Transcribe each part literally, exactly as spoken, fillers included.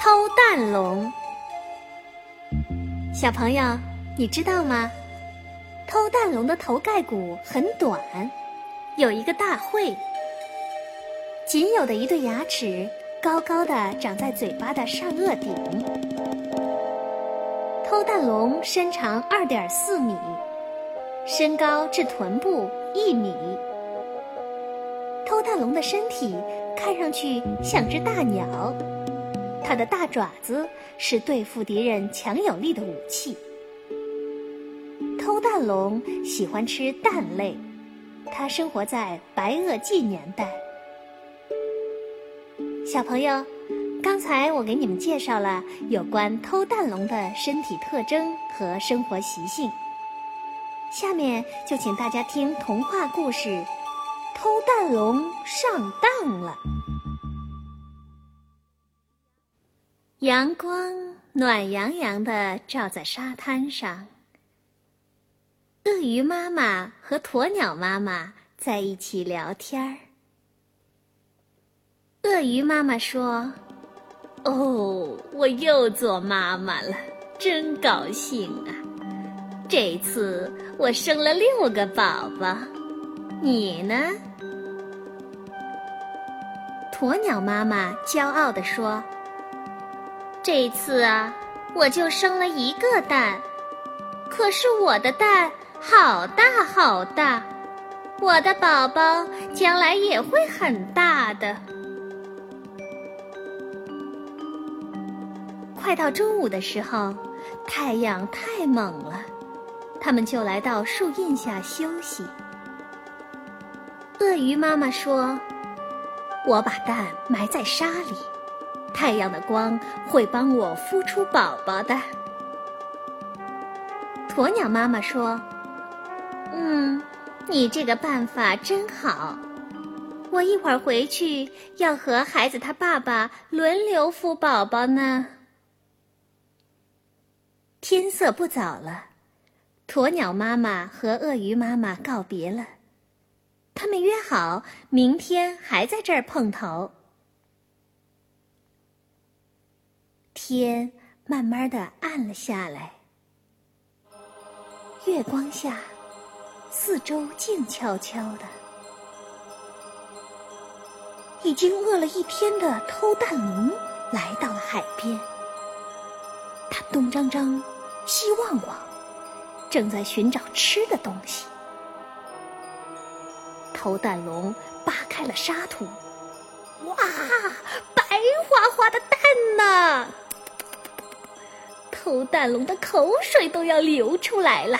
偷蛋龙。小朋友，你知道吗？偷蛋龙的头盖骨很短，有一个大喙，仅有的一对牙齿高高的长在嘴巴的上颚顶。偷蛋龙身长二点四米，身高至臀部一米。偷蛋龙的身体看上去像只大鸟，它的大爪子是对付敌人强有力的武器。偷蛋龙喜欢吃蛋类，它生活在白垩纪年代。小朋友，刚才我给你们介绍了有关偷蛋龙的身体特征和生活习性，下面就请大家听童话故事《偷蛋龙上当了》。阳光暖洋洋地照在沙滩上，鳄鱼妈妈和鸵鸟妈妈在一起聊天儿。鳄鱼妈妈说：“哦，我又做妈妈了，真高兴啊！这次我生了六个宝宝，你呢？”鸵鸟妈妈骄傲地说：“这次啊，我就生了一个蛋，可是我的蛋好大好大，我的宝宝将来也会很大的。”快到中午的时候，太阳太猛了，他们就来到树荫下休息。鳄鱼妈妈说：“我把蛋埋在沙里，太阳的光会帮我孵出宝宝的。”鸵鸟妈妈说：“嗯，你这个办法真好，我一会儿回去要和孩子他爸爸轮流孵宝宝呢。”天色不早了，鸵鸟妈妈和鳄鱼妈妈告别了，他们约好明天还在这儿碰头。天慢慢地暗了下来，月光下，四周静悄悄的。已经饿了一天的偷蛋龙来到了海边，他东张张西望望，正在寻找吃的东西。偷蛋龙扒开了沙土，哇，白花花的蛋呐！偷蛋龙的口水都要流出来了。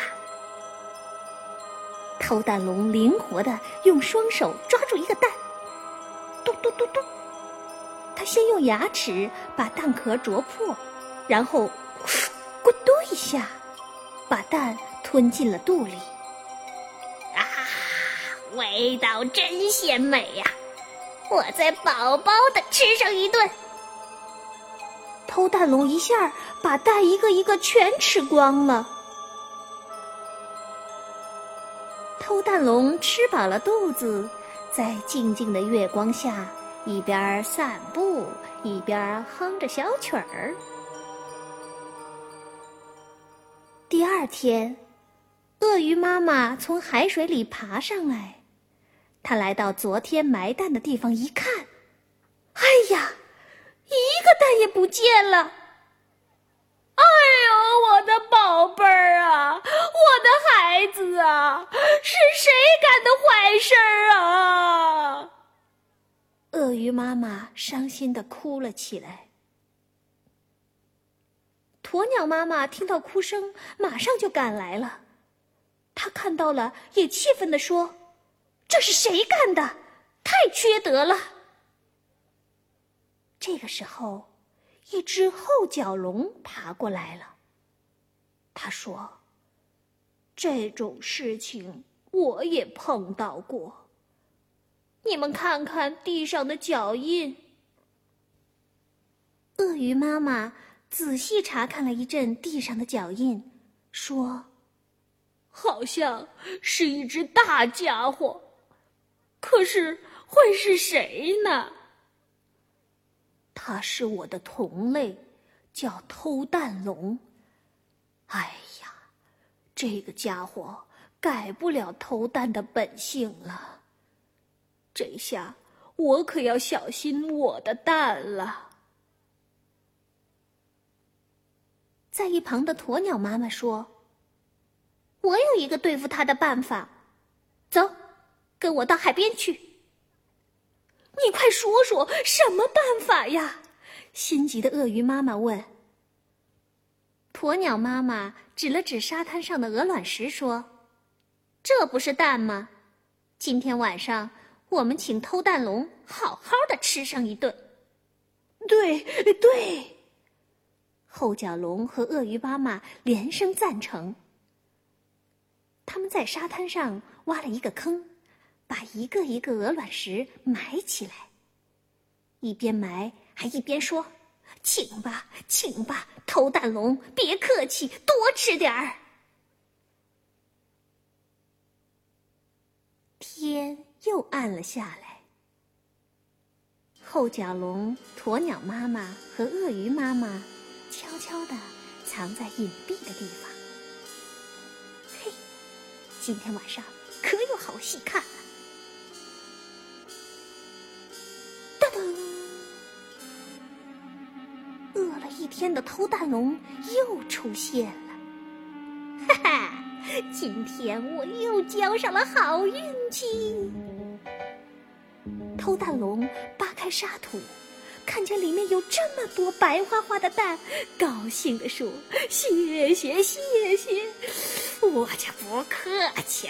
偷蛋龙灵活地用双手抓住一个蛋，嘟嘟嘟嘟，他先用牙齿把蛋壳啄破，然后咕嘟一下，把蛋吞进了肚里。啊，味道真鲜美呀！我再饱饱地吃上一顿。偷蛋龙一下把蛋一个一个全吃光了。偷蛋龙吃饱了肚子，在静静的月光下，一边散步一边哼着小曲儿。第二天，鳄鱼妈妈从海水里爬上来，她来到昨天埋蛋的地方一看，哎呀，一个蛋也不见了！哎呦，我的宝贝儿啊，我的孩子啊，是谁干的坏事儿啊？鳄鱼妈妈伤心地哭了起来。鸵鸟妈妈听到哭声，马上就赶来了。她看到了，也气愤地说：“这是谁干的？太缺德了！”这个时候，一只后脚龙爬过来了。他说：“这种事情我也碰到过，你们看看地上的脚印。”鳄鱼妈妈仔细查看了一阵地上的脚印，说：“好像是一只大家伙，可是会是谁呢？” 他是我的同类，叫偷蛋龙。哎呀，这个家伙改不了偷蛋的本性了。这下我可要小心我的蛋了。在一旁的鸵鸟妈妈说：“我有一个对付他的办法，走，跟我到海边去。”你快说说什么办法呀？心急的鳄鱼妈妈问。鸵鸟妈妈指了指沙滩上的鹅卵石说：“这不是蛋吗？今天晚上我们请偷蛋龙好好的吃上一顿。”对对，后脚龙和鳄鱼妈妈连声赞成。他们在沙滩上挖了一个坑，把一个一个鹅卵石埋起来，一边埋还一边说：“请吧，请吧，偷蛋龙，别客气，多吃点儿。”天又暗了下来，后脚龙、鸵鸟妈妈和鳄鱼妈妈悄悄地藏在隐蔽的地方。嘿，今天晚上可有好戏看了。噔噔，饿了一天的偷蛋龙又出现了。哈哈，今天我又交上了好运气。偷蛋龙扒开沙土，看见里面有这么多白花花的蛋，高兴地说：“谢谢谢谢，我就不客气啦。”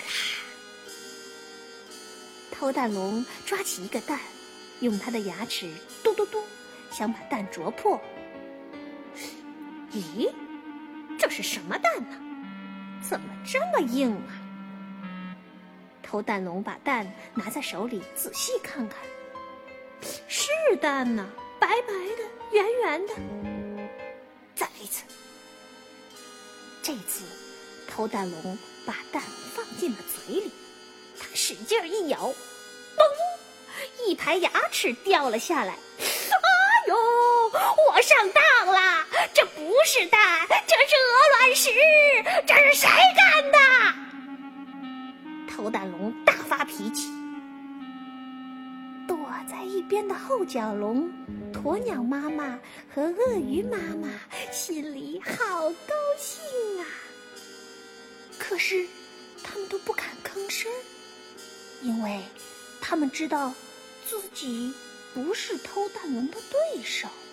偷蛋龙抓起一个蛋，用它的牙齿嘟嘟嘟，想把蛋啄破。咦，这是什么蛋呢？怎么这么硬啊？偷蛋龙把蛋拿在手里仔细看看，是蛋呢，白白的，圆圆的。再来一次。这次偷蛋龙把蛋放进了嘴里，他使劲一咬，嘣，一排牙齿掉了下来。哎呦，我上当啦！这不是蛋，这是鹅卵石，这是谁干的？偷蛋龙大发脾气。躲在一边的后脚龙、鸵鸟妈妈和鳄鱼妈妈心里好高兴啊！可是他们都不敢吭声，因为他们知道自己不是偷蛋龙的对手。